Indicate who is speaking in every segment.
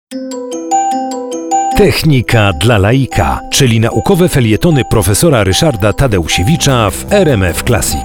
Speaker 1: Technika dla laika, czyli naukowe felietony profesora Ryszarda Tadeusiewicza w RMF Classic.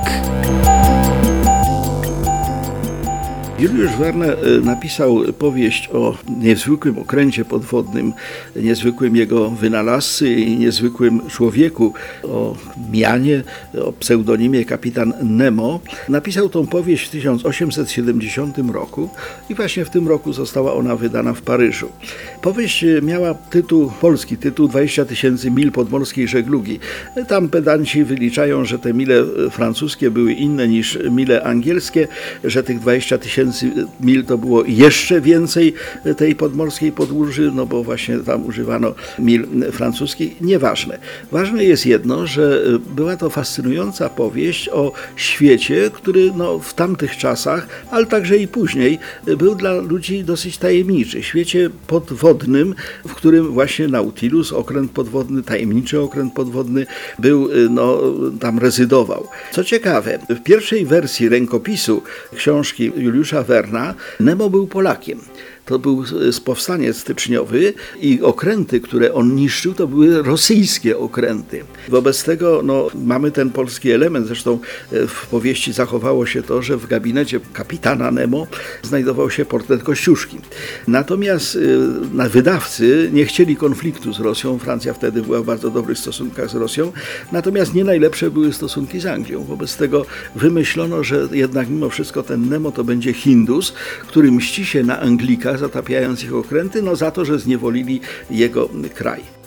Speaker 2: Juliusz Verne napisał powieść o niezwykłym okręcie podwodnym, niezwykłym jego wynalazcy i niezwykłym człowieku, o mianie, o pseudonimie Kapitan Nemo. Napisał tą powieść w 1870 roku i właśnie w tym roku została ona wydana w Paryżu. Powieść miała polski tytuł 20 000 mil podmorskiej żeglugi. Tam pedanci wyliczają, że te mile francuskie były inne niż mile angielskie, że tych 20 000 mil to było jeszcze więcej tej podmorskiej podłuży, no bo właśnie tam używano mil francuskich. Nieważne. Ważne jest jedno, że była to fascynująca powieść o świecie, który w tamtych czasach, ale także i później, był dla ludzi dosyć tajemniczy. Świecie podwodnym, w którym właśnie Nautilus, okręt podwodny, tajemniczy okręt podwodny, tam rezydował. Co ciekawe, w pierwszej wersji rękopisu książki Juliusza Verna Nemo był Polakiem. To był powstaniec styczniowy i okręty, które on niszczył, to były rosyjskie okręty. Wobec tego mamy ten polski element. Zresztą w powieści zachowało się to, że w gabinecie kapitana Nemo znajdował się portret Kościuszki. Natomiast wydawcy nie chcieli konfliktu z Rosją. Francja wtedy była w bardzo dobrych stosunkach z Rosją. Natomiast nie najlepsze były stosunki z Anglią. Wobec tego wymyślono, że jednak mimo wszystko ten Nemo to będzie Hindus, który mści się na Anglikach, zatapiając ich okręty, za to, że zniewolili jego kraj.